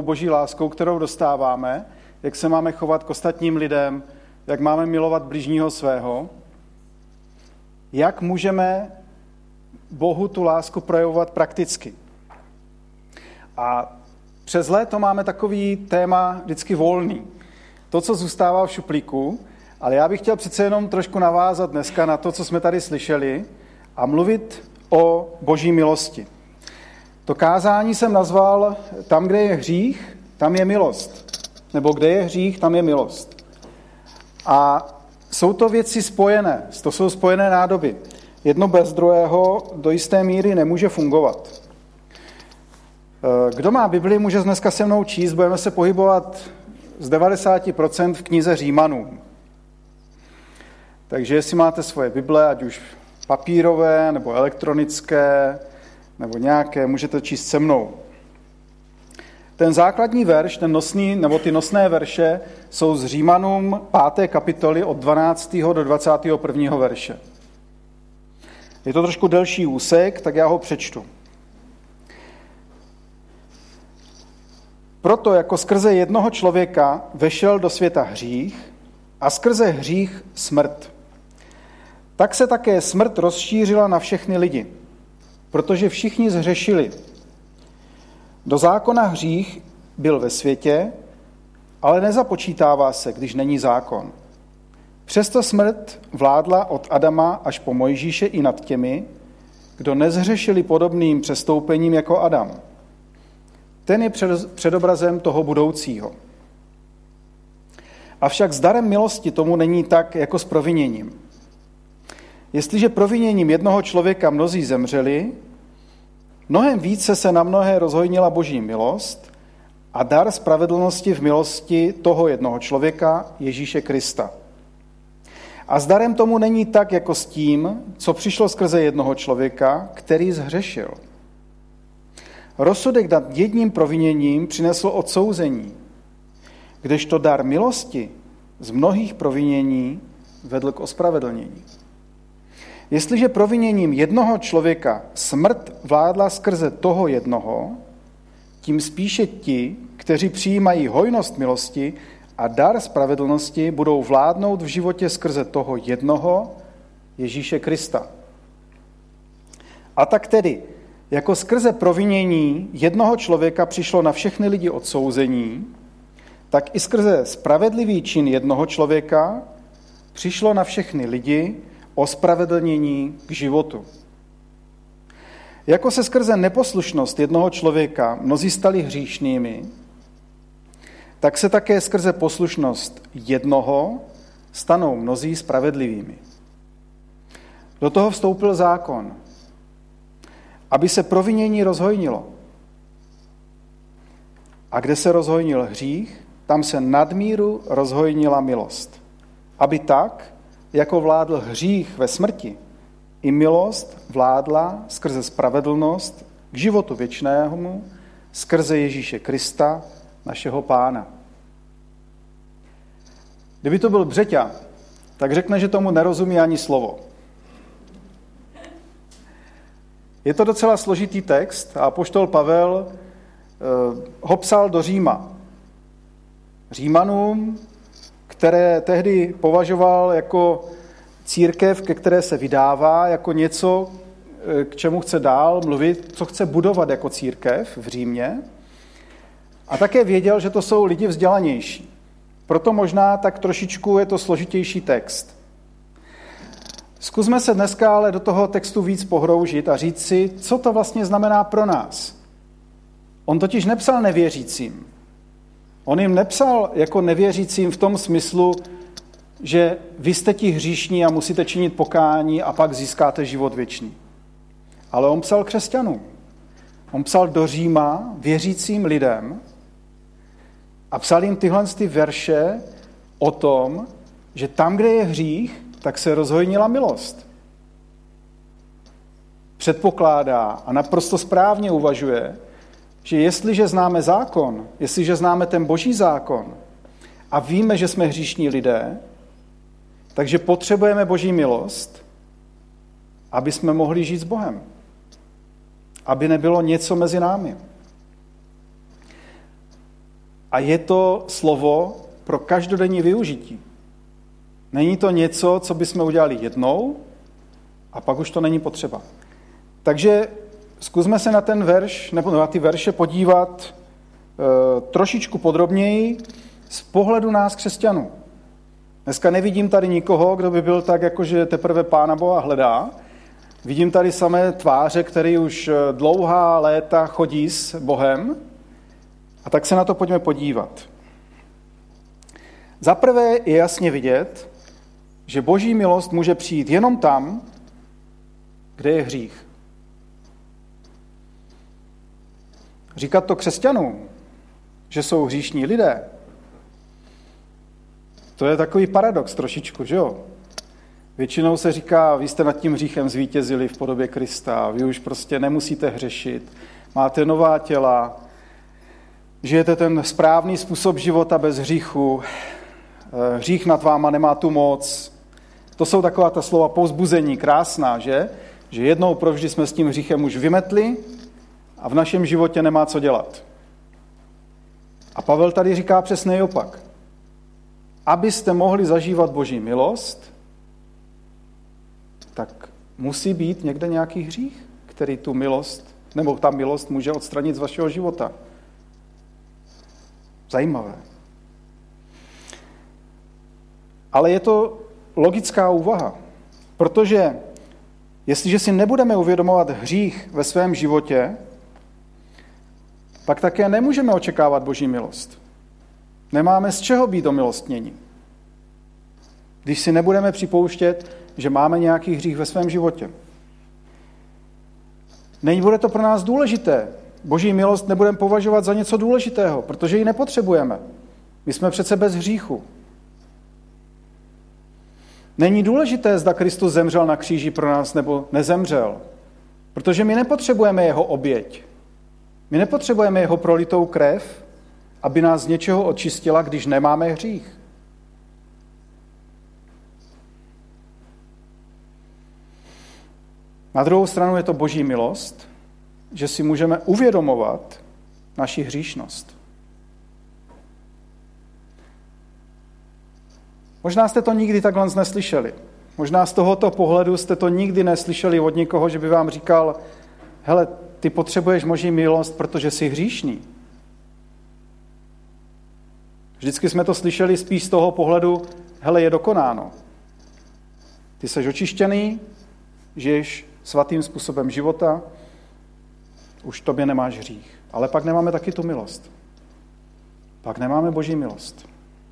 boží láskou, kterou dostáváme, jak se máme chovat k ostatním lidem, jak máme milovat bližního svého, jak můžeme Bohu tu lásku projevovat prakticky. A přes léto máme takový téma vždycky volný. To, co zůstává v šuplíku, ale já bych chtěl přece jenom trošku navázat dneska na to, co jsme tady slyšeli a mluvit o boží milosti. To kázání jsem nazval Tam, kde je hřích, tam je milost. Nebo kde je hřích, tam je milost. A jsou to věci spojené, to jsou spojené nádoby. Jedno bez druhého do jisté míry nemůže fungovat. Kdo má Bibli, může dneska se mnou číst, budeme se pohybovat z 90% v knize Římanům. Takže jestli máte svoje Bible, ať už papírové, nebo elektronické, nebo nějaké, můžete číst se mnou. Ten základní verš, ten nosný, nebo ty nosné verše jsou z Římanům 5. kapitoly od 12. do 21. verše. Je to trošku delší úsek, tak já ho přečtu. Proto jako skrze jednoho člověka vešel do světa hřích a skrze hřích smrt. Tak se také smrt rozšířila na všechny lidi, protože všichni zhřešili. Do zákona hřích byl ve světě, ale nezapočítává se, když není zákon. Přesto smrt vládla od Adama až po Mojžíše i nad těmi, kdo nezhřešili podobným přestoupením jako Adam. Ten je předobrazem toho budoucího. Avšak s darem milosti tomu není tak jako s proviněním. Jestliže proviněním jednoho člověka mnozí zemřeli, mnohem více se na mnohé rozhojnila boží milost a dar spravedlnosti v milosti toho jednoho člověka, Ježíše Krista. A s darem tomu není tak jako s tím, co přišlo skrze jednoho člověka, který zhřešil. Rozsudek nad jedním proviněním přinesl odsouzení, kdežto dar milosti z mnohých provinění vedl k ospravedlnění. Jestliže proviněním jednoho člověka smrt vládla skrze toho jednoho, tím spíše ti, kteří přijímají hojnost milosti a dar spravedlnosti, budou vládnout v životě skrze toho jednoho, Ježíše Krista. A tak tedy, jako skrze provinění jednoho člověka přišlo na všechny lidi odsouzení, tak i skrze spravedlivý čin jednoho člověka přišlo na všechny lidi ospravedlnění k životu. Jako se skrze neposlušnost jednoho člověka mnozí stali hříšnými, tak se také skrze poslušnost jednoho stanou mnozí spravedlivými. Do toho vstoupil zákon, aby se provinění rozhojnilo. A kde se rozhojnil hřích, tam se nadmíru rozhojnila milost. Aby tak, jako vládl hřích ve smrti, i milost vládla skrze spravedlnost k životu věčnému, skrze Ježíše Krista, našeho Pána. Kdyby to byl Břeťa, tak řekne, že tomu nerozumí ani slovo. Je to docela složitý text a apoštol Pavel ho psal do Říma. Římanům, které tehdy považoval jako církev, ke které se vydává, jako něco, k čemu chce dál mluvit, co chce budovat jako církev v Římě. A také věděl, že to jsou lidi vzdělanější. Proto možná tak trošičku je to složitější text. Zkusme se dneska ale do toho textu víc pohroužit a říct si, co to vlastně znamená pro nás. On totiž nepsal nevěřícím. On jim nepsal jako nevěřícím v tom smyslu, že vy jste ti hříšní a musíte činit pokání a pak získáte život věčný. Ale on psal křesťanům. On psal do Říma věřícím lidem a psal jim tyhle verše o tom, že tam, kde je hřích, tak se rozhojnila milost. Předpokládá a naprosto správně uvažuje, že jestliže známe zákon, jestliže známe ten boží zákon a víme, že jsme hříšní lidé, takže potřebujeme boží milost, aby jsme mohli žít s Bohem. Aby nebylo něco mezi námi. a je to slovo pro každodenní využití. Není to něco, co bychom udělali jednou a pak už to není potřeba. Takže zkusme se na ten verš, nebo na ty verše podívat trošičku podrobněji z pohledu nás křesťanů. Dneska nevidím tady nikoho, kdo by byl tak, jakože teprve Pána Boha hledá. Vidím tady samé tváře, které už dlouhá léta chodí s Bohem. A tak se na to pojďme podívat. Za prvé je jasně vidět, že Boží milost může přijít jenom tam, kde je hřích. Říkat to křesťanům, že jsou hříšní lidé, to je takový paradox trošičku, že jo? Většinou se říká, vy jste nad tím hříchem zvítězili v podobě Krista, vy už prostě nemusíte hřešit, máte nová těla, žijete ten správný způsob života bez hříchu, hřích nad váma nemá tu moc. To jsou taková ta slova povzbuzení, krásná, že? Že jednou provždy jsme s tím hříchem už vymetli a v našem životě nemá co dělat. A Pavel tady říká přesný opak. Abyste mohli zažívat Boží milost, tak musí být někde nějaký hřích, který tu milost, nebo ta milost může odstranit z vašeho života. Zajímavé. Ale je to logická úvaha, protože jestliže si nebudeme uvědomovat hřích ve svém životě, pak také nemůžeme očekávat Boží milost. Nemáme z čeho být omilostněni. Když si nebudeme připouštět, že máme nějaký hřích ve svém životě. Nebude to pro nás důležité. Boží milost nebudeme považovat za něco důležitého, protože ji nepotřebujeme. My jsme přece bez hříchu. Není důležité, zda Kristus zemřel na kříži pro nás nebo nezemřel, protože my nepotřebujeme jeho oběť. My nepotřebujeme jeho prolitou krev, aby nás z něčeho očistila, když nemáme hřích. Na druhou stranu je to Boží milost, že si můžeme uvědomovat naši hříšnost. Možná jste to nikdy takhle neslyšeli. Možná z tohoto pohledu jste to nikdy neslyšeli od nikoho, že by vám říkal, hele, ty potřebuješ Boží milost, protože jsi hříšný. Vždycky jsme to slyšeli spíš z toho pohledu, hele, je dokonáno. Ty jsi očištěný, žiješ svatým způsobem života, už tobě nemáš hřích. Ale pak nemáme taky tu milost. Pak nemáme Boží milost.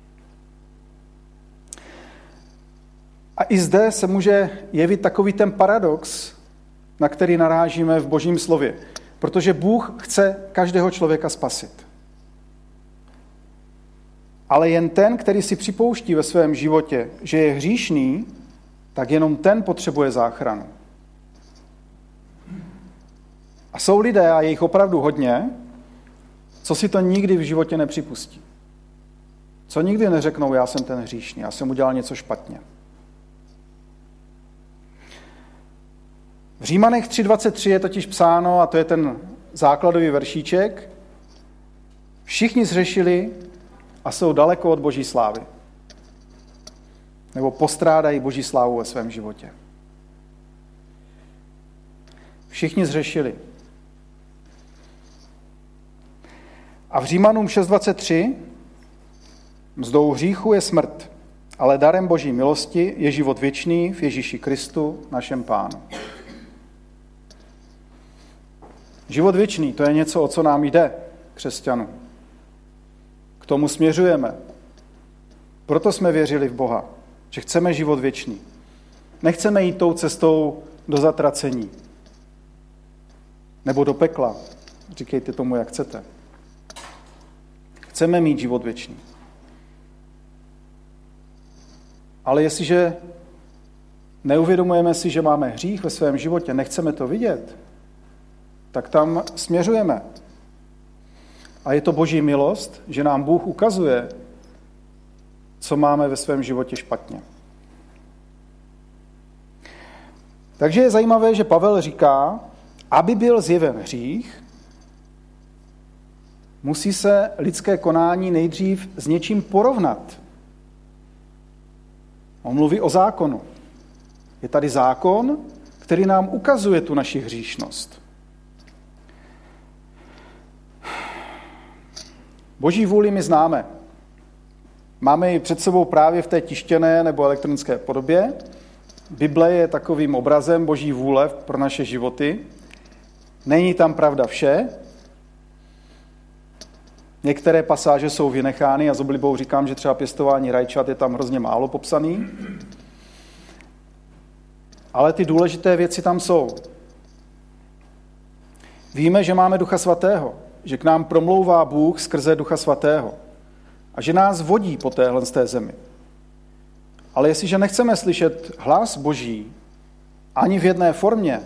A i zde se může jevit takový ten paradox, na který narážíme v Božím slově. Protože Bůh chce každého člověka spasit. Ale jen ten, který si připouští ve svém životě, že je hříšný, tak jenom ten potřebuje záchranu. A jsou lidé, a je jich opravdu hodně, co si to nikdy v životě nepřipustí. Co nikdy neřeknou, já jsem ten hříšný, já jsem udělal něco špatně. V Římanech 3.23 je totiž psáno, a to je ten základový veršíček, všichni zřešili a jsou daleko od Boží slávy. Nebo postrádají Boží slávu ve svém životě. Všichni zřešili. A v Římanům 6.23 mzdou hříchu je smrt, ale darem Boží milosti je život věčný v Ježíši Kristu, našem Pánu. Život věčný, to je něco, o co nám jde, křesťanů. K tomu směřujeme. Proto jsme věřili v Boha, že chceme život věčný. Nechceme jít tou cestou do zatracení. Nebo do pekla. Říkejte tomu, jak chcete. Chceme mít život věčný. Ale jestliže neuvědomujeme si, že máme hřích ve svém životě, nechceme to vidět, tak tam směřujeme. A je to Boží milost, že nám Bůh ukazuje, co máme ve svém životě špatně. Takže je zajímavé, že Pavel říká, aby byl zjeven hřích, musí se lidské konání nejdřív s něčím porovnat. On mluví o zákonu. Je tady zákon, který nám ukazuje tu naši hříšnost. Boží vůli my známe. Máme ji před sebou právě v té tištěné nebo elektronické podobě. Bible je takovým obrazem Boží vůle pro naše životy. Není tam pravda vše. Některé pasáže jsou vynechány a s oblibou říkám, že třeba pěstování rajčat je tam hrozně málo popsaný. Ale ty důležité věci tam jsou. Víme, že máme Ducha Svatého, že k nám promlouvá Bůh skrze Ducha Svatého a že nás vodí po téhle z té zemi. Ale jestliže nechceme slyšet hlas Boží ani v jedné formě,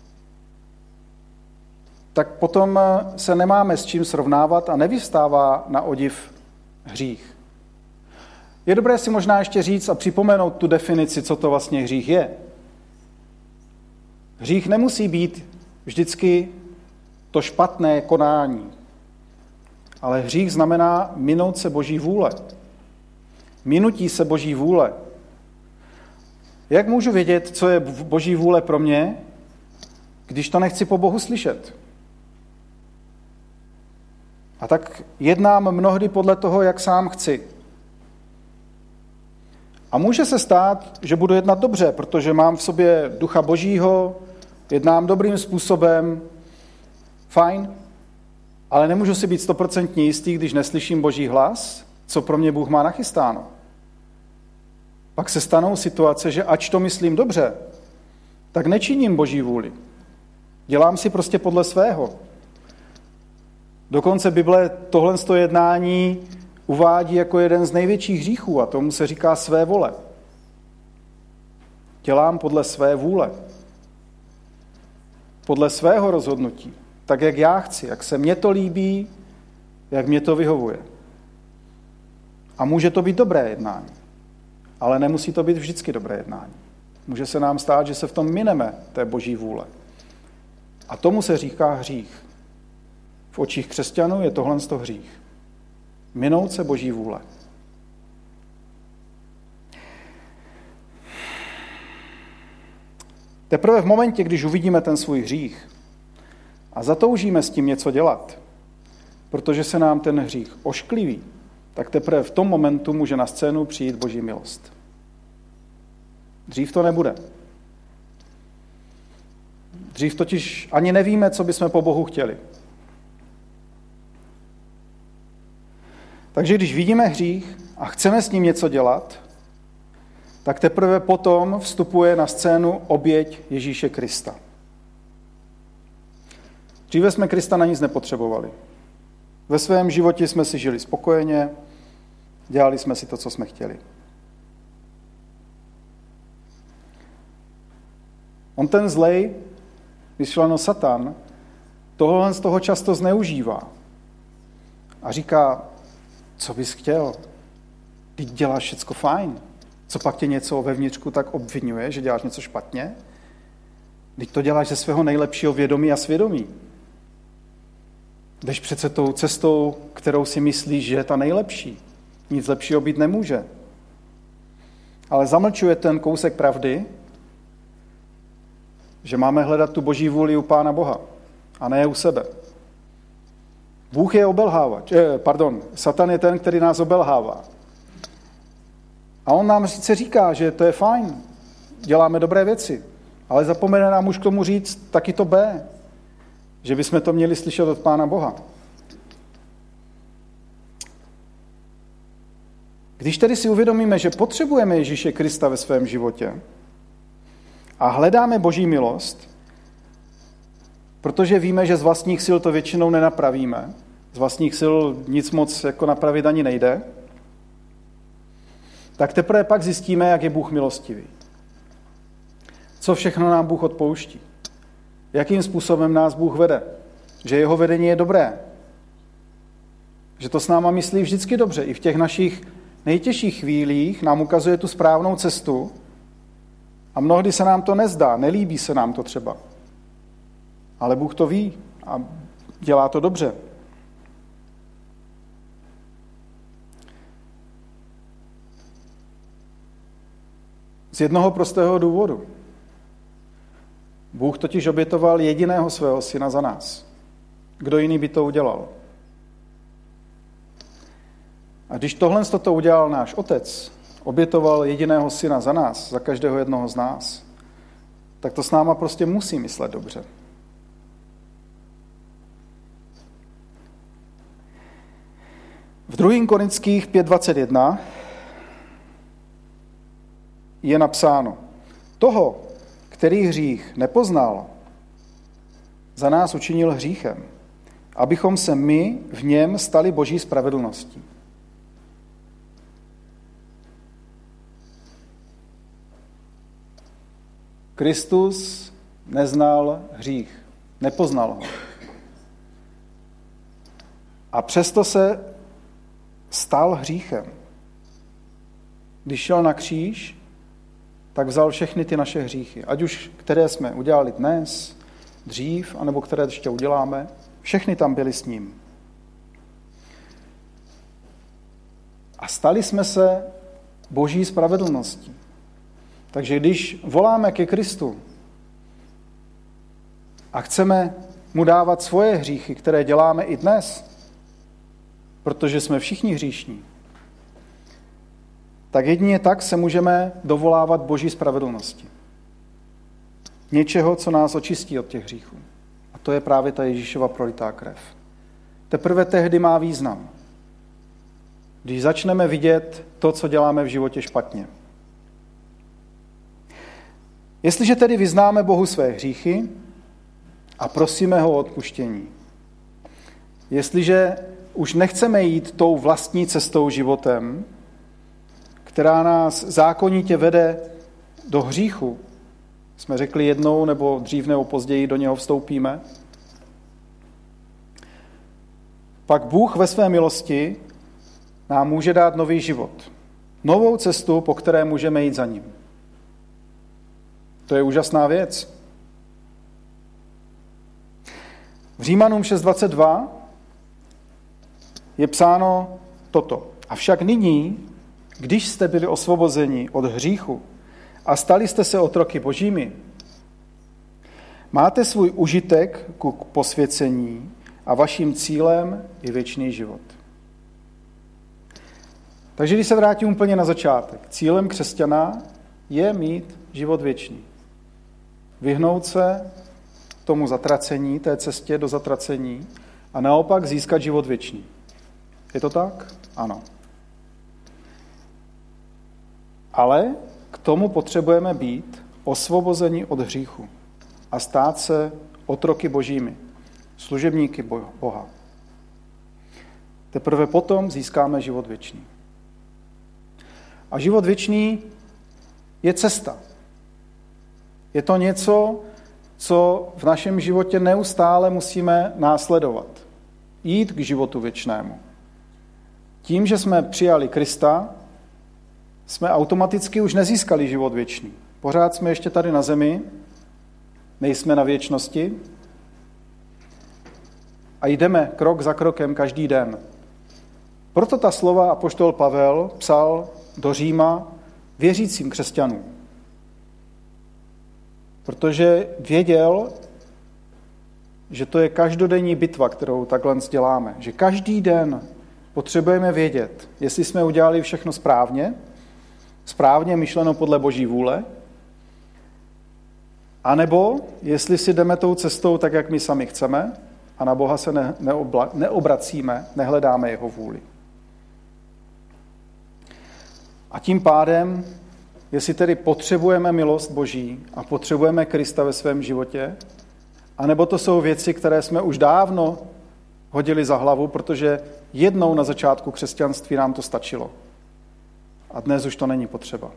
tak potom se nemáme s čím srovnávat a nevyvstává na odiv hřích. Je dobré si možná ještě říct a připomenout tu definici, co to vlastně hřích je. Hřích nemusí být vždycky to špatné konání, ale hřích znamená minout se Boží vůle. Minutí se Boží vůle. Jak můžu vědět, co je Boží vůle pro mě, když to nechci po Bohu slyšet? A tak jednám mnohdy podle toho, jak sám chci. A může se stát, že budu jednat dobře, protože mám v sobě Ducha Božího, jednám dobrým způsobem, fajn, ale nemůžu si být 100% jistý, když neslyším Boží hlas, co pro mě Bůh má nachystáno. Pak se stanou situace, že ač to myslím dobře, tak nečiním Boží vůli. Dělám si prostě podle svého. Dokonce Bible tohle jednání uvádí jako jeden z největších hříchů a tomu se říká své vole. Dělám podle své vůle. Podle svého rozhodnutí. Tak, jak já chci, jak se mně to líbí, jak mě to vyhovuje. A může to být dobré jednání. Ale nemusí to být vždycky dobré jednání. Může se nám stát, že se v tom mineme té Boží vůle. A tomu se říká hřích. V očích křesťanů je tohle hřích. Minout se Boží vůle. Teprve v momentě, když uvidíme ten svůj hřích a zatoužíme s tím něco dělat, protože se nám ten hřích oškliví, tak teprve v tom momentu může na scénu přijít Boží milost. Dřív to nebude. Dřív totiž ani nevíme, co bychom po Bohu chtěli. Takže když vidíme hřích a chceme s ním něco dělat, tak teprve potom vstupuje na scénu oběť Ježíše Krista. Dříve jsme Krista na nic nepotřebovali. Ve svém životě jsme si žili spokojeně, dělali jsme si to, co jsme chtěli. On ten zlej, myšleno Satan, tohle z toho často zneužívá. A říká, co bys chtěl? Ty děláš všecko fajn. Co pak tě něco vevnitřku tak obvinuje, že děláš něco špatně? Teď to děláš ze svého nejlepšího vědomí a svědomí. Jdeš přece tou cestou, kterou si myslíš, že je ta nejlepší. Nic lepšího být nemůže. Ale zamlčuje ten kousek pravdy, že máme hledat tu Boží vůli u Pána Boha a ne u sebe. Bůh je obelhávač. Satan je ten, který nás obelhává. A on nám sice říká, že to je fajn, děláme dobré věci, ale zapomene nám už k tomu říct taky to B, že bychom to měli slyšet od Pána Boha. Když tedy si uvědomíme, že potřebujeme Ježíše Krista ve svém životě a hledáme Boží milost, protože víme, že z vlastních sil to většinou nenapravíme, z vlastních sil nic moc jako napravit ani nejde, tak teprve pak zjistíme, jak je Bůh milostivý. Co všechno nám Bůh odpouští. Jakým způsobem nás Bůh vede. Že jeho vedení je dobré. Že to s náma myslí vždycky dobře. I v těch našich nejtěžších chvílích nám ukazuje tu správnou cestu a mnohdy se nám to nezdá, nelíbí se nám to třeba. Ale Bůh to ví a dělá to dobře. Z jednoho prostého důvodu. Bůh totiž obětoval jediného svého syna za nás. Kdo jiný by to udělal? A když tohle toto udělal náš Otec, obětoval jediného syna za nás, za každého jednoho z nás, tak to s náma prostě musí myslet dobře. V 2. Korinských 5:21 je napsáno: toho, který hřích nepoznal, za nás učinil hříchem, abychom se my v něm stali Boží spravedlností. Kristus neznal hřích, nepoznal ho. A přesto se stal hříchem. Když šel na kříž, tak vzal všechny ty naše hříchy. Ať už které jsme udělali dnes, dřív, anebo které ještě uděláme, všechny tam byly s ním. A stali jsme se Boží spravedlností. Takže když voláme ke Kristu a chceme mu dávat svoje hříchy, které děláme i dnes, protože jsme všichni hříšní, tak jedině tak se můžeme dovolávat Boží spravedlnosti. Něčeho, co nás očistí od těch hříchů. A to je právě ta Ježíšova prolitá krev. Teprve tehdy má význam, když začneme vidět to, co děláme v životě špatně. Jestliže tedy vyznáme Bohu své hříchy a prosíme ho o odpuštění, jestliže už nechceme jít tou vlastní cestou životem, která nás zákonitě vede do hříchu, jsme řekli jednou nebo dřív nebo později do něho vstoupíme, pak Bůh ve své milosti nám může dát nový život. Novou cestu, po které můžeme jít za ním. To je úžasná věc. V Římanům 6:22 je psáno toto. Avšak nyní, když jste byli osvobozeni od hříchu a stali jste se otroky božími, máte svůj užitek ku posvěcení a vaším cílem je věčný život. Takže když se vrátím úplně na začátek, cílem křesťana je mít život věčný. Vyhnout se tomu zatracení, té cestě do zatracení a naopak získat život věčný. Je to tak? Ano. Ale k tomu potřebujeme být osvobozeni od hříchu a stát se otroky božími, služebníky Boha. Teprve potom získáme život věčný. A život věčný je cesta. Je to něco, co v našem životě neustále musíme následovat. Jít k životu věčnému. Tím, že jsme přijali Krista, jsme automaticky už nezískali život věčný. Pořád jsme ještě tady na zemi, nejsme na věčnosti a jdeme krok za krokem každý den. Proto ta slova apoštol Pavel psal do Říma věřícím křesťanům. Protože věděl, že to je každodenní bitva, kterou takhle děláme. Že každý den potřebujeme vědět, jestli jsme udělali všechno správně myšleno podle Boží vůle, anebo jestli si jdeme tou cestou tak, jak my sami chceme a na Boha se neobracíme, nehledáme jeho vůli. A tím pádem, jestli tedy potřebujeme milost Boží a potřebujeme Krista ve svém životě, anebo to jsou věci, které jsme už dávno hodili za hlavu, protože jednou na začátku křesťanství nám to stačilo. A dnes už to není potřeba.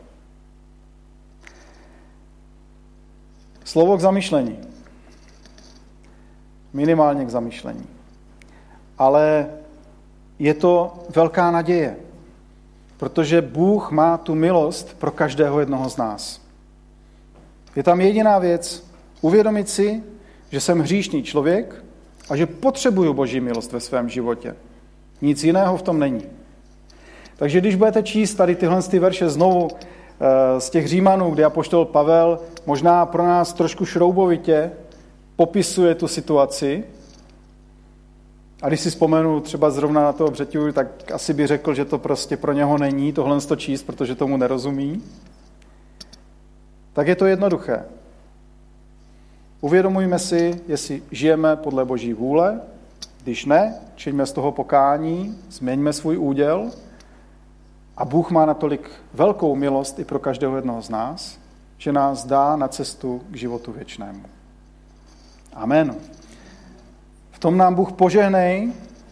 Slovo k zamyšlení. Minimálně k zamyšlení. Ale je to velká naděje, protože Bůh má tu milost pro každého jednoho z nás. Je tam jediná věc, uvědomit si, že jsem hříšný člověk a že potřebuju Boží milost ve svém životě. Nic jiného v tom není. Takže když budete číst tady tyhle verše znovu z těch Římanů, kdy apoštol Pavel možná pro nás trošku šroubovitě popisuje tu situaci. A když si vzpomenu třeba zrovna na toho Břeťu, tak asi by řekl, že to prostě pro něho není tohle to číst, protože tomu nerozumí. Tak je to jednoduché. Uvědomujme si, jestli žijeme podle Boží vůle, když ne, čiňme z toho pokání, změňme svůj úděl a Bůh má natolik velkou milost i pro každého jednoho z nás, že nás dá na cestu k životu věčnému. Amen. V tom nám Bůh požehnej.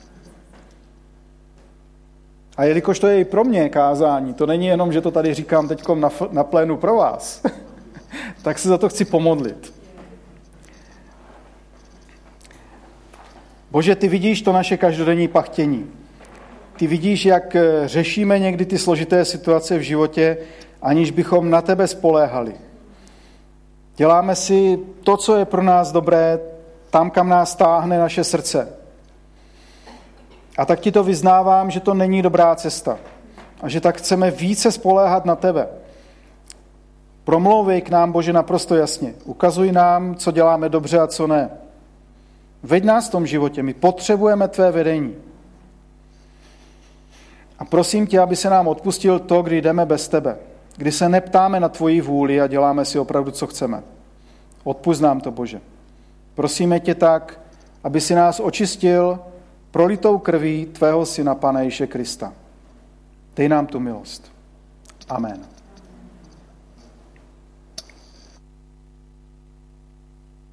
A jelikož to je i pro mě kázání, to není jenom, že to tady říkám teďkom na plénu pro vás, tak se za to chci pomodlit. Bože, ty vidíš to naše každodenní pachtění. Ty vidíš, jak řešíme někdy ty složité situace v životě, aniž bychom na tebe spoléhali. Děláme si to, co je pro nás dobré, tam, kam nás táhne naše srdce. A tak ti to vyznávám, že to není dobrá cesta. A že tak chceme více spoléhat na tebe. Promlouvej k nám, Bože, naprosto jasně. Ukazuj nám, co děláme dobře a co ne. Veď nás v tom životě, my potřebujeme tvé vedení. A prosím tě, aby se nám odpustil to, kdy jdeme bez tebe. Kdy se neptáme na tvoji vůli a děláme si opravdu, co chceme. Odpusť nám to, Bože. Prosíme tě tak, aby si nás očistil prolitou krví tvého syna, Pana Ježíše Krista. Dej nám tu milost. Amen.